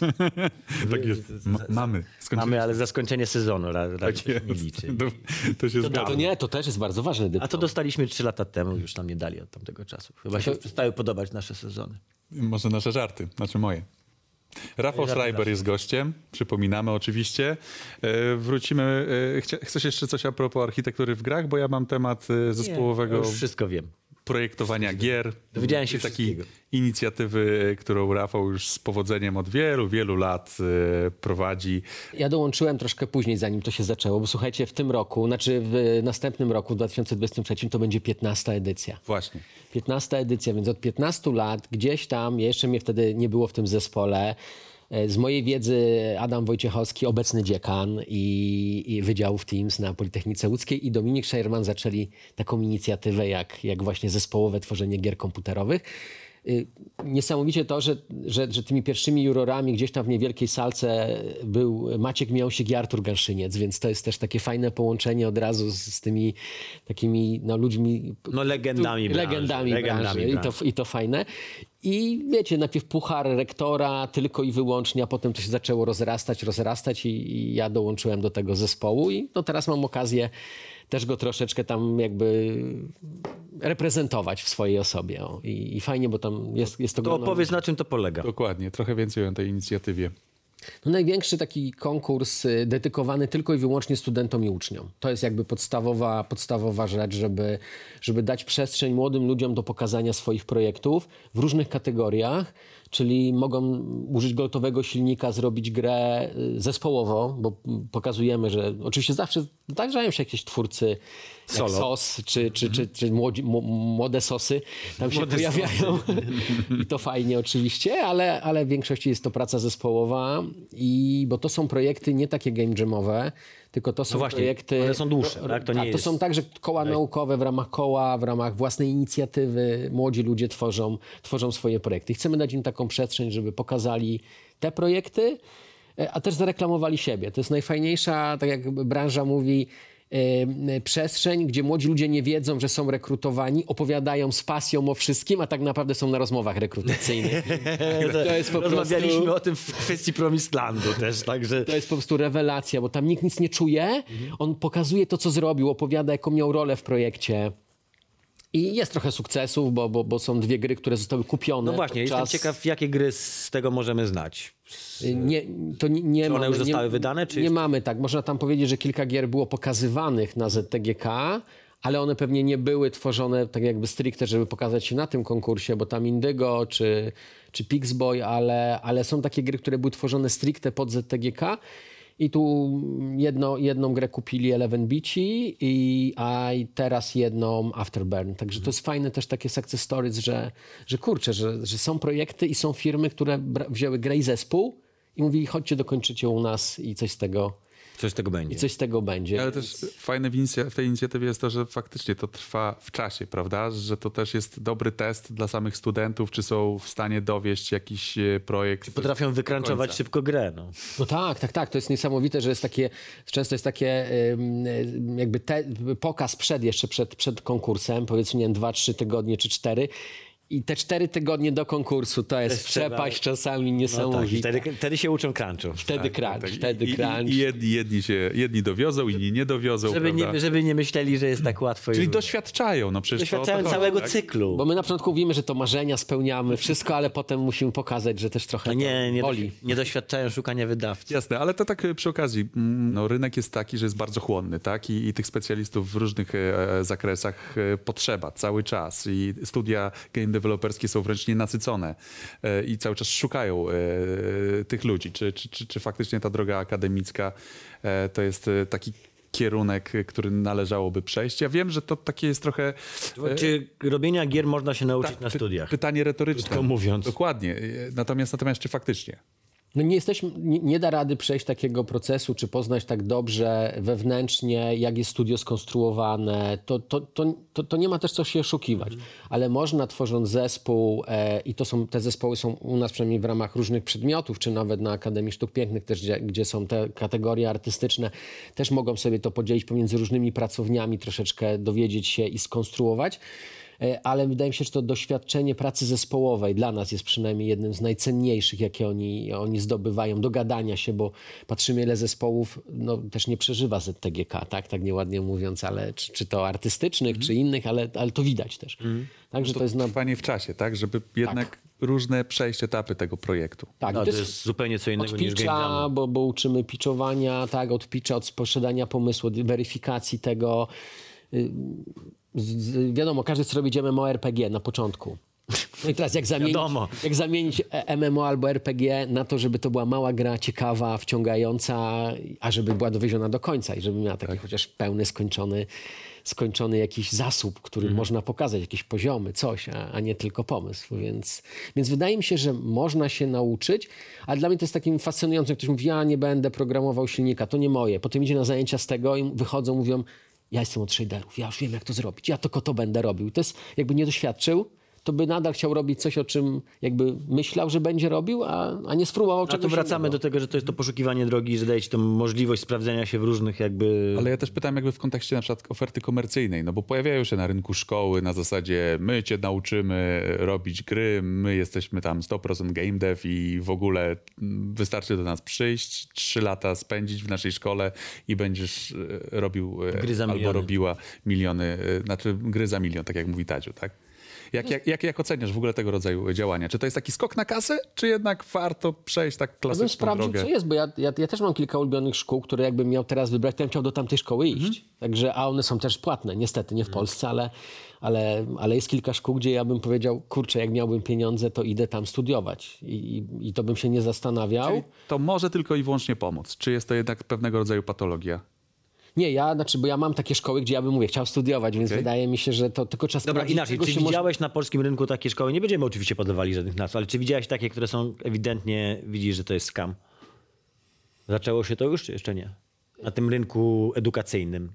tak jest. Ma, mamy. Skończyliśmy. Mamy, ale za skończenie sezonu ra, ra, Tak nie jest. liczy. To, to się zgadza. To nie, to też jest bardzo ważny dyplom. A to dostaliśmy trzy lata temu, już nam nie dali od tamtego czasu. Chyba się już przestały podobać nasze sezony. Może nasze żarty, znaczy moje. Rafał Żarty Schreiber nasze. jest gościem, przypominamy oczywiście. E, wrócimy. E, chcia, chcesz jeszcze coś a propos architektury w grach? Bo ja mam temat e, zespołowego Ja już wszystko wiem. projektowania gier. Dowiedziałem się takiej wszystkiego. inicjatywy, którą Rafał już z powodzeniem od wielu, wielu lat e, prowadzi. Ja dołączyłem troszkę później, zanim to się zaczęło, bo słuchajcie, w tym roku, znaczy w następnym roku, w dwa tysiące dwudziestym trzecim, to będzie piętnasta edycja. Właśnie. piętnasta edycja, więc od piętnastu lat gdzieś tam, jeszcze mnie wtedy nie było w tym zespole, e, z mojej wiedzy Adam Wojciechowski, obecny dziekan i, i Wydziałów Teams na Politechnice Łódzkiej i Dominik Scherman zaczęli taką inicjatywę jak, jak właśnie zespołowe tworzenie gier komputerowych. Y, Niesamowicie to, że, że, że tymi pierwszymi jurorami gdzieś tam w niewielkiej salce był Maciek Miąsik i Artur Ganszyniec, więc to jest też takie fajne połączenie od razu z, z tymi takimi no, ludźmi... No legendami tu, branży, legendami, legendami branży. I, to, branży. I to fajne. I wiecie, najpierw puchar rektora tylko i wyłącznie, a potem to się zaczęło rozrastać, rozrastać i, i ja dołączyłem do tego zespołu i no teraz mam okazję też go troszeczkę tam jakby reprezentować w swojej osobie. O. I, I fajnie, bo tam jest, jest to To grono- opowiedz, na czym to polega. Dokładnie. Trochę więcej o tej inicjatywie. No największy taki konkurs y, dedykowany tylko i wyłącznie studentom i uczniom. To jest jakby podstawowa, podstawowa rzecz, żeby, żeby dać przestrzeń młodym ludziom do pokazania swoich projektów w różnych kategoriach, czyli mogą użyć gotowego silnika, zrobić grę y, zespołowo, bo mm, pokazujemy, że oczywiście zawsze zdarzają się jakieś twórcy jak Solo. SOS, czy, czy, czy, czy młodzi, m- młode sosy tam się Młode pojawiają. I to fajnie oczywiście, ale, ale w większości jest to praca zespołowa. i bo to są projekty nie takie game jamowe, tylko to są No właśnie, projekty... one są dłuższe, tak? To nie tak, jest... to są także koła naukowe, w ramach koła, w ramach własnej inicjatywy. Młodzi ludzie tworzą, tworzą swoje projekty. I chcemy dać im taką przestrzeń, żeby pokazali te projekty, a też zareklamowali siebie. To jest najfajniejsza, tak jak branża mówi, yy, przestrzeń, gdzie młodzi ludzie nie wiedzą, że są rekrutowani, opowiadają z pasją o wszystkim, a tak naprawdę są na rozmowach rekrutacyjnych. To jest po Rozmawialiśmy prostu... o tym w kwestii Promislandu też, także... To jest po prostu rewelacja, bo tam nikt nic nie czuje. On pokazuje to, co zrobił, opowiada, jaką miał rolę w projekcie. I jest trochę sukcesów, bo, bo, bo są dwie gry, które zostały kupione. No właśnie, podczas... jestem ciekaw, jakie gry z tego możemy znać. Nie, to nie, nie Czy one mamy, już zostały nie, wydane? Czy nie jeszcze... mamy, tak. Można tam powiedzieć, że kilka gier było pokazywanych na Z T G K, ale one pewnie nie były tworzone tak jakby stricte, żeby pokazać się na tym konkursie, bo tam Indygo czy, czy Pixboy, ale, ale są takie gry, które były tworzone stricte pod Z T G K. I tu jedno, jedną grę kupili Eleven Beachy, i, a i teraz jedną Afterburn. Także to jest fajne też takie success stories, że, że kurczę, że, że są projekty i są firmy, które bra- wzięły grę i zespół i mówili, chodźcie, dokończycie u nas i coś z tego, Coś z tego będzie. i coś z tego będzie. Ale też fajne w, inicja- w tej inicjatywie jest to, że faktycznie to trwa w czasie, prawda? Że to też jest dobry test dla samych studentów, czy są w stanie dowieść jakiś e, projekt. Potrafią wykranczować końca. szybko grę. No. No tak, tak, tak. To jest niesamowite, że jest takie, często jest takie ym, ym, jakby te, pokaz przed jeszcze, przed, przed konkursem, powiedzmy, nie wiem, dwa, trzy tygodnie czy cztery. I te cztery tygodnie do konkursu to jest jest trzeba- przepaść czasami No tak, i niesamowita. wtedy, wtedy się uczą crunchu. Wtedy crunch, Tak, wtedy i, crunch. I, i jedni, jedni, się, jedni dowiozą, inni nie dowiozą, Żeby prawda? nie, żeby nie myśleli, że jest tak łatwo. Czyli i... doświadczają, no przecież Doświadczają to o to całego chodzi, tak? cyklu. Bo my na początku mówimy, że to marzenia spełniamy, wszystko, ale potem musimy pokazać, że też trochę No nie, to nie, boli. nie doświadczają szukania wydawcy. Jasne, ale to tak przy okazji, mm, no, rynek jest taki, że jest bardzo chłonny, tak? I, i tych specjalistów w różnych e, zakresach e, potrzeba cały czas. I studia game deweloperskie są wręcz nienasycone e, i cały czas szukają e, tych ludzi. Czy, czy, czy, czy faktycznie ta droga akademicka e, to jest e, taki kierunek, który należałoby przejść? Ja wiem, że to takie jest trochę... e, Czy robienia gier można się nauczyć tak, na py- studiach? Pytanie retoryczne. Krótko mówiąc. Dokładnie. E, Natomiast, natomiast czy faktycznie? No nie jesteśmy, nie, nie da rady przejść takiego procesu, czy poznać tak dobrze wewnętrznie, jak jest studio skonstruowane. To, to, to, to, to nie ma też co się oszukiwać. Ale można, tworząc zespół, e, i to są, te zespoły są u nas przynajmniej w ramach różnych przedmiotów, czy nawet na Akademii Sztuk Pięknych też, gdzie, gdzie są te kategorie artystyczne, też mogą sobie to podzielić pomiędzy różnymi pracowniami, troszeczkę dowiedzieć się i skonstruować. Ale wydaje mi się, że to doświadczenie pracy zespołowej dla nas jest przynajmniej jednym z najcenniejszych, jakie oni, oni zdobywają, dogadania się, bo patrzymy, ile zespołów no, też nie przeżywa Z T G K, tak, tak nieładnie mówiąc, ale czy, czy to artystycznych, Mhm. czy innych, ale, ale to widać też. Także To, to jest na... trwanie w czasie, tak? Żeby jednak różne przejść etapy tego projektu. Tak, No, to to jest jest zupełnie co innego od niż game pitcha, jamu. bo, bo uczymy pitchowania, tak, od pitcha, od posiadania pomysłu, od weryfikacji tego. Y, Z, z, wiadomo, każdy chce robić M M O R P G na początku. No i teraz jak zamienić, Wiadomo. jak zamienić M M O albo R P G na to, żeby to była mała gra, ciekawa, wciągająca, a żeby była dowieziona do końca i żeby miała taki chociaż pełny, skończony, skończony jakiś zasób, który można pokazać, jakieś poziomy, coś, a, a nie tylko pomysł. Więc, więc wydaje mi się, że można się nauczyć, ale dla mnie to jest takim fascynującym, ktoś mówi, ja nie będę programował silnika, to nie moje. Potem idzie na zajęcia z tego i wychodzą, mówią, ja jestem od shaderów, ja już wiem, jak to zrobić, ja tylko to będę robił. I to jest, jakby nie doświadczył, to by nadal chciał robić coś, o czym jakby myślał, że będzie robił, a, a nie spróbował A czegoś tu wracamy innego. do tego, że to jest to poszukiwanie drogi, że daje ci tą możliwość sprawdzenia się w różnych jakby... Ale ja też pytam jakby w kontekście na przykład oferty komercyjnej, no bo pojawiają się na rynku szkoły na zasadzie my cię nauczymy robić gry, my jesteśmy tam sto procent game dev i w ogóle wystarczy do nas przyjść, trzy lata spędzić w naszej szkole i będziesz e, robił e, Gry za albo miliony. robiła miliony, e, znaczy gry za milion, tak jak mówi Tadziu, tak? Jak, jak, jak, jak oceniasz w ogóle tego rodzaju działania? Czy to jest taki skok na kasę, czy jednak warto przejść tak Ja bym klasyczną sprawdził, drogę? co jest, bo ja, ja, ja też mam kilka ulubionych szkół, które jakbym miał teraz wybrać, to bym chciał do tamtej szkoły iść. Mhm. Także, a one są też płatne, niestety, nie w Polsce, ale, ale, ale jest kilka szkół, gdzie ja bym powiedział, kurczę, jak miałbym pieniądze, to idę tam studiować. I, i, i to bym się nie zastanawiał. Czyli to może tylko i wyłącznie pomóc. Czy jest to jednak pewnego rodzaju patologia? Nie, ja, znaczy, bo ja mam takie szkoły, gdzie ja bym mówię, chciał studiować, więc Okej. wydaje mi się, że to tylko trzeba Dobra, sprawdzić, inaczej, czego czy się może- widziałeś na polskim rynku takie szkoły? Nie będziemy oczywiście podawali żadnych nazw, ale czy widziałeś takie, które są ewidentnie, widzisz, że to jest scam? Zaczęło się to już, czy jeszcze nie? Na tym rynku edukacyjnym.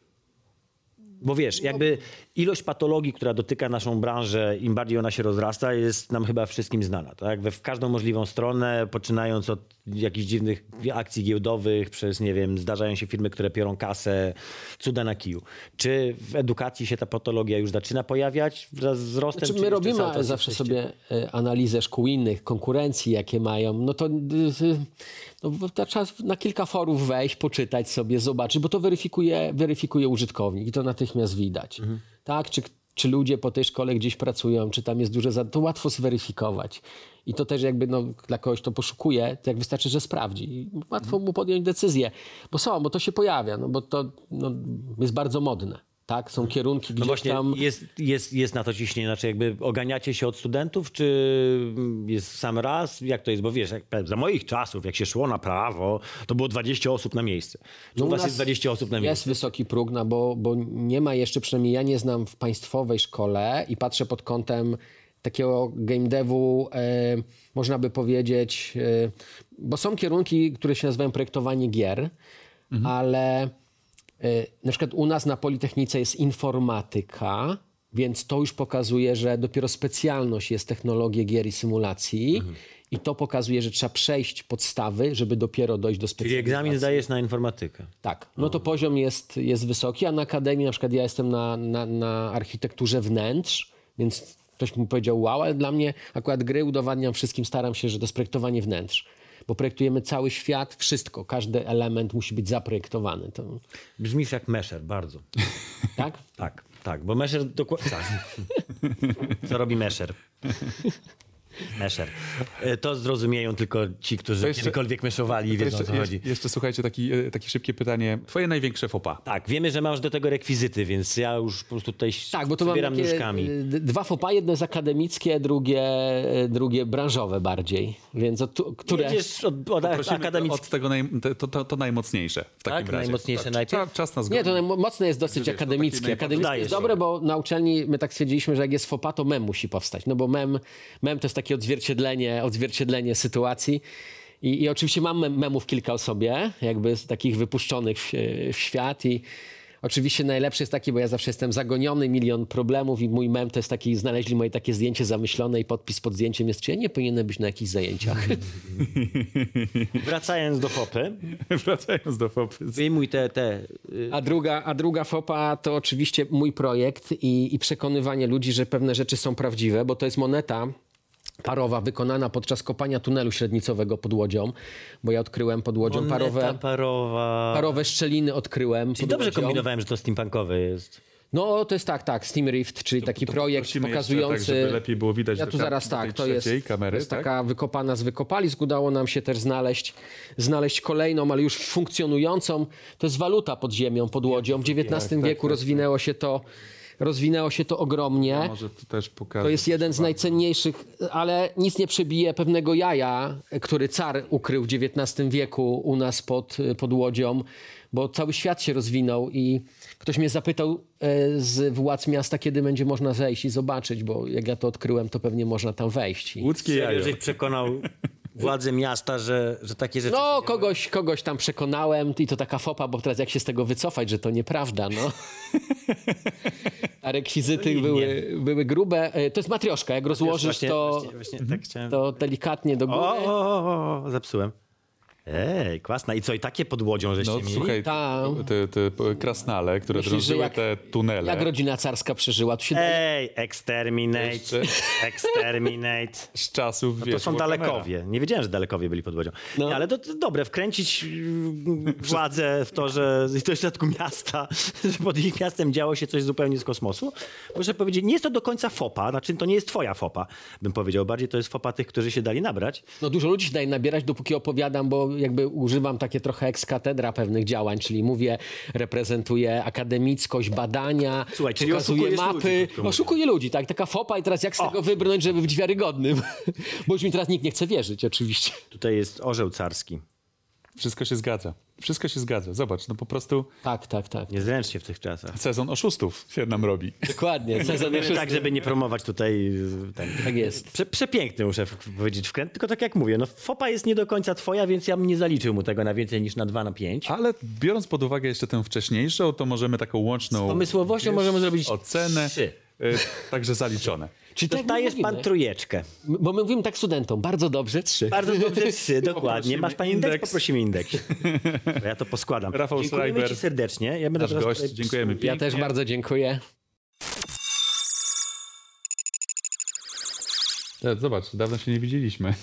Bo wiesz, jakby ilość patologii, która dotyka naszą branżę, im bardziej ona się rozrasta, jest nam chyba wszystkim znana. Tak? We w każdą możliwą stronę, poczynając od jakichś dziwnych akcji giełdowych, przez, nie wiem, zdarzają się firmy, które piorą kasę, cuda na kiju. Czy w edukacji się ta patologia już zaczyna pojawiać wraz z wzrostem? Znaczy, czy my jeszcze robimy cały czas zawsze jesteście- sobie e, analizę szkół innych, konkurencji, jakie mają. No to, y, y, no, bo to trzeba na kilka forów wejść, poczytać sobie, zobaczyć, bo to weryfikuje, weryfikuje użytkownik i to natychmiast widać. Mhm. Tak? Czy, czy ludzie po tej szkole gdzieś pracują, czy tam jest duże... za- To łatwo zweryfikować. I to też jakby no, dla kogoś to poszukuje, to jak wystarczy, że sprawdzi. I łatwo mu podjąć decyzję. Bo są, bo to się pojawia, no bo to no, jest bardzo modne. Tak? Są kierunki No gdzieś właśnie, tam... jest, jest, jest na to ciśnienie, znaczy jakby oganiacie się od studentów, czy jest sam raz? Jak to jest? Bo wiesz, jak, za moich czasów, jak się szło na prawo, to było dwadzieścia osób na miejsce. Czy No u u was nas jest dwadzieścia osób na Jest miejsce? wysoki próg, no bo, bo nie ma jeszcze, przynajmniej ja nie znam w państwowej szkole i patrzę pod kątem takiego game devu, e, można by powiedzieć, e, bo są kierunki, które się nazywają projektowanie gier, ale e, na przykład u nas na Politechnice jest informatyka, więc to już pokazuje, że dopiero specjalność jest technologie gier i symulacji i to pokazuje, że trzeba przejść podstawy, żeby dopiero dojść do Czyli specjalizacji. egzamin zdajesz na informatykę. Tak, no to poziom jest, jest wysoki, a na akademii na przykład ja jestem na, na, na architekturze wnętrz, więc ktoś mi powiedział wow, ale dla mnie akurat gry udowadniam wszystkim, staram się, że to jest projektowanie wnętrz, bo projektujemy cały świat, wszystko, każdy element musi być zaprojektowany. To, Brzmisz jak Mesher, bardzo. tak? Tak, tak, bo Mesher dokładnie... Tak. Co robi Mesher? Mesher. E, To zrozumieją tylko ci, którzy To jeszcze- kiedykolwiek meszowali i To wiedzą, o jeszcze, co chodzi. jeszcze, jeszcze słuchajcie, taki, e, takie szybkie pytanie. Twoje największe faux pas? Tak, wiemy, że masz do tego rekwizyty, więc ja już po prostu tutaj Tak, bo to mam zbieram takie nóżkami. y, d- dwa fopa, jedno jest akademickie, drugie, y, drugie branżowe bardziej, więc od, które... Jedziesz od, od Prosimy akademickiego. od tego naj, to, to, to najmocniejsze w takim Tak? razie. Najmocniejsze Tak, najpierw? Czas, czas na Nie, zgodę. to mocne jest dosyć Wiesz, to akademickie. taki Akademickie najbardziej- jest dobre, bo na uczelni my tak stwierdziliśmy, że jak jest fopa, to mem musi powstać. No bo mem, mem to jest takie odzwierciedlenie, odzwierciedlenie sytuacji. I, i oczywiście mam mem, memów kilka o sobie, jakby z takich wypuszczonych w, w świat i oczywiście najlepszy jest taki, bo ja zawsze jestem zagoniony, milion problemów i mój mem to jest taki, znaleźli moje takie zdjęcie zamyślone i podpis pod zdjęciem jest, czy ja nie powinienem być na jakichś zajęciach. Wracając do fopy, Wracając do fopy. wyjmuj te... te y, A druga, a druga fopa to oczywiście mój projekt i, i przekonywanie ludzi, że pewne rzeczy są prawdziwe, bo to jest moneta parowa wykonana podczas kopania tunelu średnicowego pod Łodzią, bo ja odkryłem pod Łodzią moneta parowe, parowa... parowe szczeliny odkryłem. Czyli pod dobrze Łodzią. kombinowałem, że to steampunkowe jest. No to jest tak, tak, Steam Rift, czyli taki projekt Prosimy jeszcze, pokazujący... tak, żeby lepiej było widać Ja do tu ka- zaraz do tak, tej to jest, trzeciej kamery, to jest tak? taka wykopana z wykopalisk. Udało nam się też znaleźć, znaleźć kolejną, ale już funkcjonującą. To jest waluta pod ziemią, pod Łodzią. W dziewiętnastym tak, wieku tak, rozwinęło się to, rozwinęło się to ogromnie. Może to też pokażę. To jest jeden z najcenniejszych, ale nic nie przebije pewnego jaja, który car ukrył w dziewiętnastym wieku u nas pod, pod Łodzią, bo cały świat się rozwinął i ktoś mnie zapytał e, z władz miasta, kiedy będzie można zejść i zobaczyć, bo jak ja to odkryłem, to pewnie można tam wejść. I... Łódzkie Serio, jajo. żeś przekonał władze miasta, że, że takie rzeczy... No, kogoś, kogoś tam przekonałem i to taka fopa, bo teraz jak się z tego wycofać, że to nieprawda, no. A rekwizyty nie. były, były grube. E, To jest matrioszka, jak rozłożysz właśnie, to, Właśnie, właśnie tak chciałem... to delikatnie do góry. O, o, o, o, zepsułem. Ej, kwasna. I co, i takie pod Łodzią żeście No mieli? słuchaj, Tam. te, te krasnale, które Myślisz, że drążyły jak- te tunele. Jak rodzina carska przeżyła? Tu się Ej, exterminate, Jeszcze- exterminate. Z czasów, To wiesz, są była dalekowie. Nie wiedziałem, że dalekowie byli pod Łodzią. No. Nie, ale to, to dobre, wkręcić mm, władzę w to, że i to jest w środku miasta, że pod ich miastem działo się coś zupełnie z kosmosu. Muszę powiedzieć, nie jest to do końca fopa, znaczy to nie jest twoja fopa, bym powiedział. Bardziej to jest fopa tych, którzy się dali nabrać. No dużo ludzi się daje nabierać, dopóki opowiadam, bo jakby używam takie trochę ex cathedra pewnych działań, czyli mówię, reprezentuję akademickość, badania, Słuchaj, czyli pokazuję oszukujesz mapy. ludzi, krótko mówiąc. Oszukuję ludzi, tak, taka fopa i teraz jak z tego wybrnąć, żeby być wiarygodnym? Bo już mi teraz nikt nie chce wierzyć, oczywiście. Tutaj jest orzeł carski. Wszystko się zgadza. Wszystko się zgadza. Zobacz, no po prostu Tak, tak, tak. Niezręcznie w tych czasach. sezon oszustów się nam robi. Dokładnie. Sezon Nie tak, żeby nie promować tutaj... Ten, Tak jest. Prze, przepiękny, muszę w- powiedzieć, wkręt, tylko tak jak mówię, no fopa jest nie do końca twoja, więc ja bym nie zaliczył mu tego na więcej niż na dwa na pięć. Ale biorąc pod uwagę jeszcze tę wcześniejszą, to możemy taką łączną... Z pomysłowością możemy zrobić ocenę. trzy. y, Także zaliczone. Czyli tak Dostajesz mówimy. pan trójeczkę. M- Bo my mówimy tak studentom, bardzo dobrze, trzy. Bardzo dobrze, trzy, dokładnie. Poprosimy Masz pan indeks? indeks. Poprosimy indeks. To ja to poskładam. Rafał Dziękujemy Schreiber, ci serdecznie. Ja będę Nasz teraz gość, tutaj- dziękujemy pięknie. Ja też bardzo dziękuję. Ja, zobacz, dawno się nie widzieliśmy.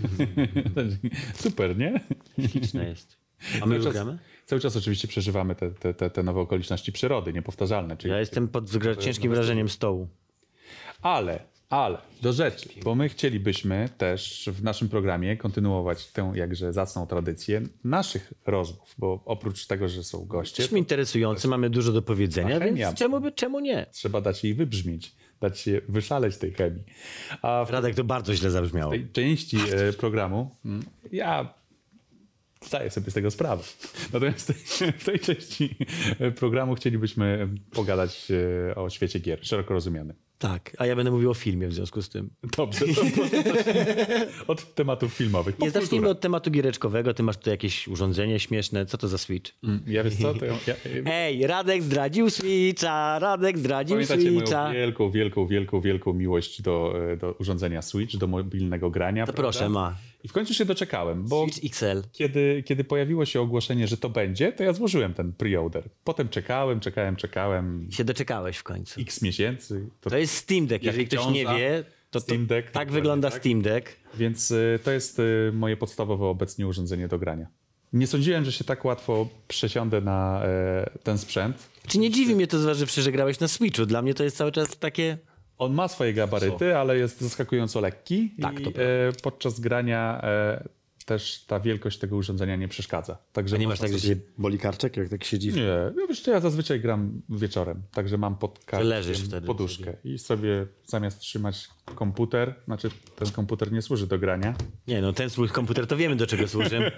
Super, nie? Śliczne jest. A my już Cały czas, gramy? cały czas oczywiście przeżywamy te, te, te, te nowe okoliczności przyrody, niepowtarzalne. Czyli... Ja jestem pod zgra- ciężkim wrażeniem stołu. Ale, ale, do rzeczy, bo my chcielibyśmy też w naszym programie kontynuować tę jakże zacną tradycję naszych rozmów, bo oprócz tego, że są goście, Jesteśmy interesujący, mamy dużo do powiedzenia, chemia. więc czemu, by, czemu nie? trzeba dać jej wybrzmieć, dać się wyszaleć tej chemii. A w Radek, to bardzo źle zabrzmiało. tej części e, programu mm, ja zdaję sobie z tego sprawę. Natomiast w tej, w tej części e, programu chcielibyśmy pogadać e, o świecie gier, szeroko rozumianym. Tak, a ja będę mówił o filmie w związku z tym. Dobrze, to może zacznijmy od tematów filmowych. Nie, zacznijmy Popkultura. od tematu giereczkowego. Ty masz tu jakieś urządzenie śmieszne. Co to za Switch? Ja wiesz co, to ja, ja, Ej, Radek zdradził Switcha, Radek zdradził pamiętacie Switcha. moją wielką, wielką, wielką, wielką miłość do, e, do urządzenia Switch, do mobilnego grania. To prawda? proszę, ma. I w końcu się doczekałem, bo Switch X L. kiedy, kiedy pojawiło się ogłoszenie, że to będzie, to ja złożyłem ten pre-order. Potem czekałem, czekałem, czekałem Się doczekałeś w końcu. x miesięcy. To, To jest Steam Deck. Jeżeli ktoś nie ciąża, wie, to, to Steam Deck, tak dokładnie, wygląda tak? Steam Deck. Więc y, to jest y, moje podstawowe obecnie urządzenie do grania. Nie sądziłem, że się tak łatwo przesiądę na e, ten sprzęt. Czy nie dziwi mnie to zważywszy, że grałeś na Switchu? Dla mnie to jest cały czas takie... On ma swoje gabaryty, ale jest zaskakująco lekki Tak, i to prawda. e, podczas grania e, też ta wielkość tego urządzenia nie przeszkadza. Także A nie masz można tak, że sobie- się boli karczek, jak tak siedzisz? Nie, ja wiesz co, ja zazwyczaj gram wieczorem, także mam pod kartkiem leżysz wtedy poduszkę i sobie zamiast trzymać komputer, znaczy ten komputer nie służy do grania. Nie, no ten swój komputer to wiemy, do czego służy.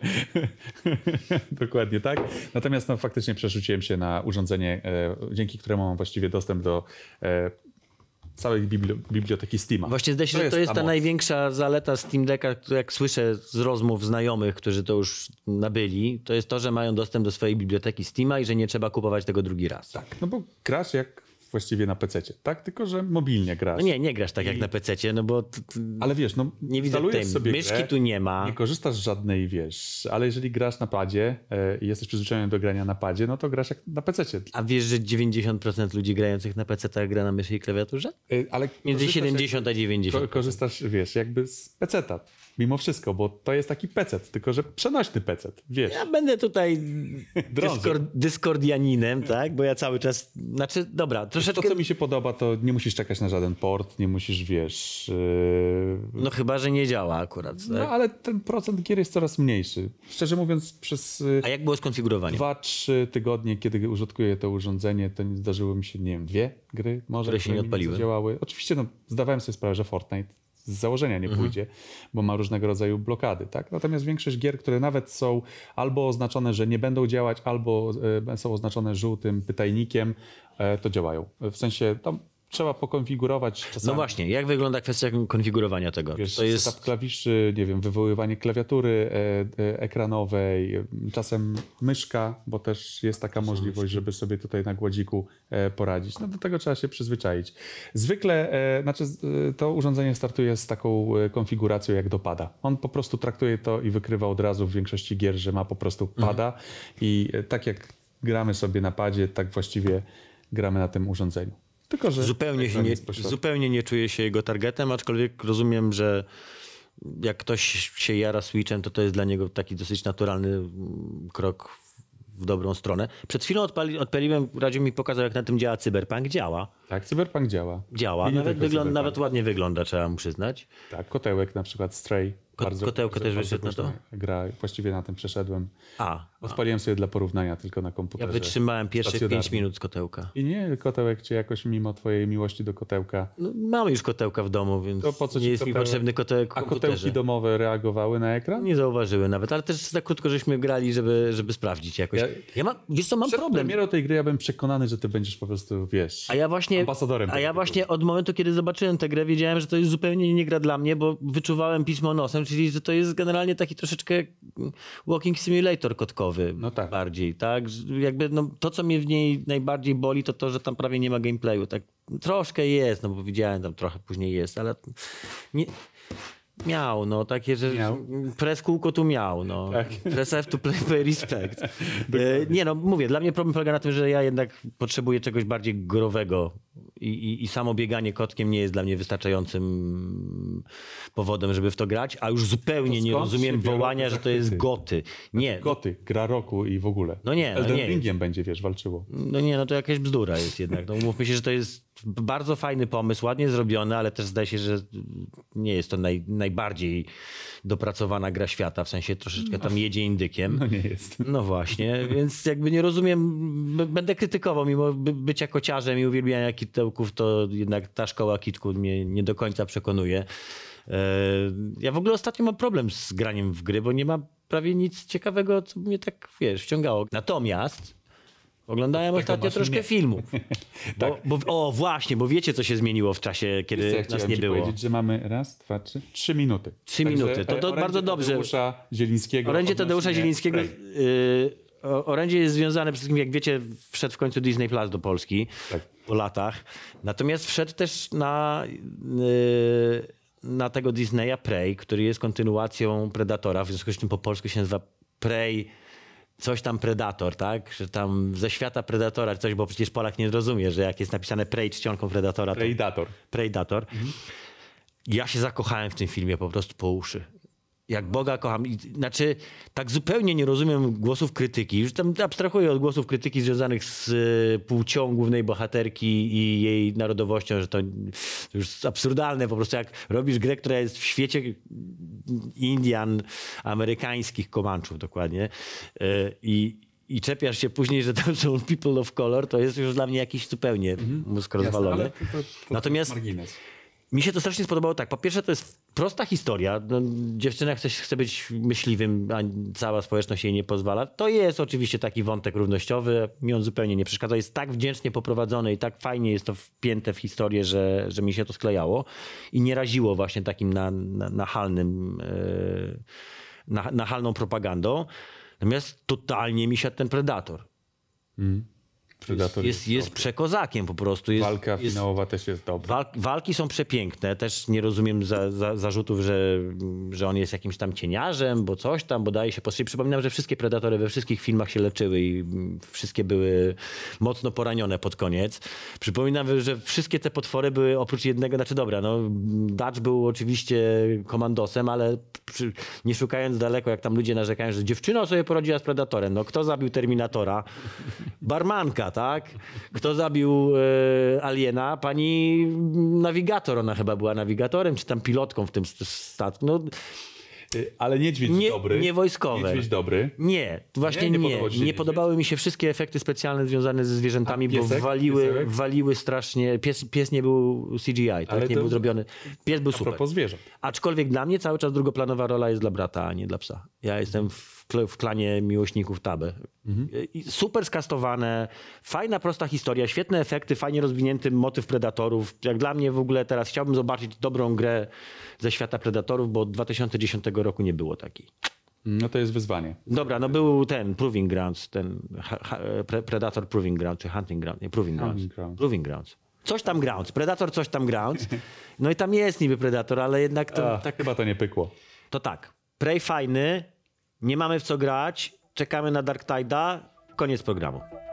Dokładnie tak. Natomiast no, faktycznie przerzuciłem się na urządzenie, e, dzięki któremu mam właściwie dostęp do e, całej bibli- biblioteki Steama. Właśnie zdaje się, że to jest ta moc. największa zaleta Steam Decka, jak słyszę z rozmów znajomych, którzy to już nabyli, to jest to, że mają dostęp do swojej biblioteki Steama i że nie trzeba kupować tego drugi raz. Tak, no bo grasz jak właściwie na pececie, tak? Tylko, że mobilnie grasz. No nie, nie grasz tak jak na pececie, no bo t- t- Ale wiesz, no nie widzę instalujesz tej sobie myszki, grę, tu nie ma. nie korzystasz z żadnej, wiesz, ale jeżeli grasz na padzie e, i jesteś przyzwyczajony do grania na padzie, no to grasz jak na pececie. A wiesz, że dziewięćdziesiąt procent ludzi grających na pecetach gra na myszy i klawiaturze? E, ale Między korzystasz siedemdziesiąt a jakby- dziewięćdziesiąt. ko- Korzystasz, wiesz, jakby z peceta. Mimo wszystko, bo to jest taki pecet, tylko że przenośny pecet, wiesz. Ja będę tutaj Drążył. dyskord, dyskordianinem, tak? Bo ja cały czas, znaczy, dobra, To, troszeczkę, co mi się podoba, to nie musisz czekać na żaden port, nie musisz, wiesz... Yy... no chyba, że nie działa akurat, tak? No, ale ten procent gier jest coraz mniejszy. Szczerze mówiąc, przez yy, A jak było z konfigurowaniem? dwa, trzy tygodnie, kiedy użytkuję to urządzenie, to zdarzyło mi się, nie wiem, dwie gry może, Które się nie mi odpaliły. zadziałały. Oczywiście no, zdawałem sobie sprawę, że Fortnite z założenia nie pójdzie, bo ma różnego rodzaju blokady. Tak? Natomiast większość gier, które nawet są albo oznaczone, że nie będą działać, albo e, są oznaczone żółtym pytajnikiem, e, to działają. W sensie tam trzeba pokonfigurować czasami. No właśnie, jak wygląda kwestia konfigurowania tego? Wiesz, to jest... setup klawiszy, nie wiem, wywoływanie klawiatury e, e, ekranowej, e, czasem myszka, bo też jest taka możliwość, żeby sobie tutaj na głodziku e, poradzić. No do tego trzeba się przyzwyczaić. Zwykle, e, znaczy z- e, to urządzenie startuje z taką e, konfiguracją jak do pada. On po prostu traktuje to i wykrywa od razu w większości gier, że ma po prostu pada i e, tak jak gramy sobie na padzie, tak właściwie gramy na tym urządzeniu. Tylko, że Zupełnie, się ekran nie, jest pośrodku. zupełnie nie czuję się jego targetem, aczkolwiek rozumiem, że jak ktoś się jara Switchem, to to jest dla niego taki dosyć naturalny mm, krok w dobrą stronę. Przed chwilą odpali, odpaliłem, Radziu mi pokazał, jak na tym działa Cyberpunk. Działa. Tak, Cyberpunk działa. Działa. I nie Nawet, tylko wygląda, Cyberpunk. nawet ładnie wygląda, trzeba mu przyznać. Tak, kotełek na przykład Stray Ko- Bardzo- kotełka też bardzo wyszedł na to? późna Gra, właściwie na tym przeszedłem. A, Odpaliłem sobie dla porównania tylko na ja komputerze. wytrzymałem pierwsze pięć stacjonarnym. minut z kotełka. I nie, kotełek cię jakoś mimo twojej miłości do kotełka. No, mamy już kotełka w domu, więc To po co ci nie jest mi kotełek? potrzebny kotełek w A komputerze. kotełki domowe reagowały na ekran? Nie zauważyły nawet, ale też za krótko żeśmy grali, żeby, żeby sprawdzić jakoś. Ja- Ja, mam, wiesz co, mam Przed problem. premierą tej gry ja bym przekonany, że ty będziesz po prostu, wiesz, A ja właśnie, ambasadorem a tego ja tytułu. właśnie od momentu, kiedy zobaczyłem tę grę, wiedziałem, że to jest zupełnie nie gra dla mnie, bo wyczuwałem pismo nosem, czyli że to jest generalnie taki troszeczkę walking simulator kotkowy. No tak. Bardziej, tak? Że jakby no, to, co mnie w niej najbardziej boli, to to, że tam prawie nie ma gameplayu. Tak troszkę jest, no bo widziałem tam trochę później jest, ale nie... Miał, no, takie, że Miał. press kółko tu miał, no. Tak. Press F to play, pay respect. E, nie no, mówię, dla mnie problem polega na tym, że ja jednak potrzebuję czegoś bardziej growego i, i, i samo bieganie kotkiem nie jest dla mnie wystarczającym powodem, żeby w to grać, a już zupełnie To nie skąd rozumiem się biorą wołania, te że to jest zachwyty? goty. Nie, Goty, gra roku i w ogóle. No nie, no Elden nie. Ringiem będzie, wiesz, walczyło. no nie, no to jakaś bzdura jest jednak. No, umówmy się, że to jest bardzo fajny pomysł, ładnie zrobiony, ale też zdaje się, że nie jest to naj, najbardziej dopracowana gra świata, w sensie troszeczkę tam jedzie indykiem. No nie jest. No właśnie, więc jakby nie rozumiem, b- będę krytykował, mimo by, bycia kociarzem i uwielbiania kitełków, to jednak ta szkoła kitku mnie nie do końca przekonuje. E, Ja w ogóle ostatnio mam problem z graniem w gry, bo nie ma prawie nic ciekawego, co mnie tak, wiesz, wciągało. Natomiast oglądałem Tego ostatnio masz troszkę mnie. filmów. Bo, bo, o właśnie, bo wiecie, co się zmieniło w czasie, kiedy Wiesz co, ja nas chciałem nie ci było. powiedzieć, że mamy raz, dwa, trzy, trzy minuty. Trzy Także, minuty. To- to e, orędzie bardzo dobrze. Tadeusza Zielińskiego. Orędzie odnośnie Tadeusza Zielińskiego. Prey. Yy, o- Orędzie jest związane przede wszystkim, jak wiecie, wszedł w końcu Disney Plus do Polski Tak. po latach. Natomiast wszedł też na, yy, na tego Disneya Prey, który jest kontynuacją Predatora. W związku z czym po polsku się nazywa Prey, coś tam Predator, tak? Że tam ze świata Predatora coś, bo przecież Polak nie zrozumie, że jak jest napisane Prey czcionką Predatora, to Predator. Predator. Ja się zakochałem w tym filmie po prostu po uszy. Jak Boga kocham. I, znaczy, tak zupełnie nie rozumiem głosów krytyki. Już tam abstrahuję od głosów krytyki związanych z y, płcią głównej bohaterki i jej narodowością, że to już jest absurdalne po prostu. Jak robisz grę, która jest w świecie Indian, amerykańskich Komanczów dokładnie y, i i czepiasz się później, że tam są people of color, to jest już dla mnie jakiś zupełnie mózg rozwalony. Jasne, ale to, to, to Natomiast margines. mi się to strasznie spodobało tak. Po pierwsze, to jest prosta historia. No, dziewczyna chce, chce być myśliwym, a cała społeczność jej nie pozwala. To jest oczywiście taki wątek równościowy. Mi on zupełnie nie przeszkadza. Jest tak wdzięcznie poprowadzone i tak fajnie jest to wpięte w historię, że, że mi się to sklejało. I nie raziło właśnie takim na, na, nachalnym, yy, na, nachalną propagandą. Natomiast totalnie mi siadł ten Predator. Predator Jest, jest, jest przekozakiem po prostu. Jest, Walka jest, finałowa też jest dobra. Walk, walki są przepiękne. Też nie rozumiem za, za, zarzutów, że, że on jest jakimś tam cieniarzem, bo coś tam, bo daje się postrzelić. Przypominam, że wszystkie Predatory we wszystkich filmach się leczyły i mm, wszystkie były mocno poranione pod koniec. Przypominam, że wszystkie te potwory były oprócz jednego, znaczy dobra, no Dutch był oczywiście komandosem, ale przy, nie szukając daleko, jak tam ludzie narzekają, że dziewczyna sobie poradziła z Predatorem. No kto zabił Terminatora? Barmanka, tak? Kto zabił e, Aliena? Pani nawigator, ona chyba była nawigatorem, czy tam pilotką w tym st- statku. No, Y, Ale niedźwiedź nie, dobry. nie wojskowe. Niedźwiedź dobry. Nie, właśnie Nie? nie. Nie Nie, podobał ci się nie niedźwiedź? podobały mi się wszystkie efekty specjalne związane ze zwierzętami, A bo piesek? waliły, Piesełek? waliły strasznie. Pies, pies nie był C G I, tak? Ale Nie to- był zrobiony. Pies był A super. propos zwierząt. Aczkolwiek dla mnie cały czas drugoplanowa rola jest dla brata, a nie dla psa. Ja jestem w, kl- w klanie miłośników Tabe. I super skastowane, fajna, prosta historia, świetne efekty, fajnie rozwinięty motyw Predatorów. Jak dla mnie w ogóle teraz chciałbym zobaczyć dobrą grę ze świata Predatorów, bo od dwa tysiące dziesiątego roku nie było takiej. No to jest wyzwanie. Dobra, no był ten Proving Grounds, ten ha, ha, pre, Predator Proving Grounds, czy Hunting Grounds, nie, Proving Grounds. Hunting Grounds. Proving Grounds. Coś tam Grounds, Predator coś tam Grounds. No i tam jest niby Predator, ale jednak to A, tak... Chyba to nie pykło. To tak, Prey fajny, nie mamy w co grać, czekamy na Dark Tide'a, koniec programu.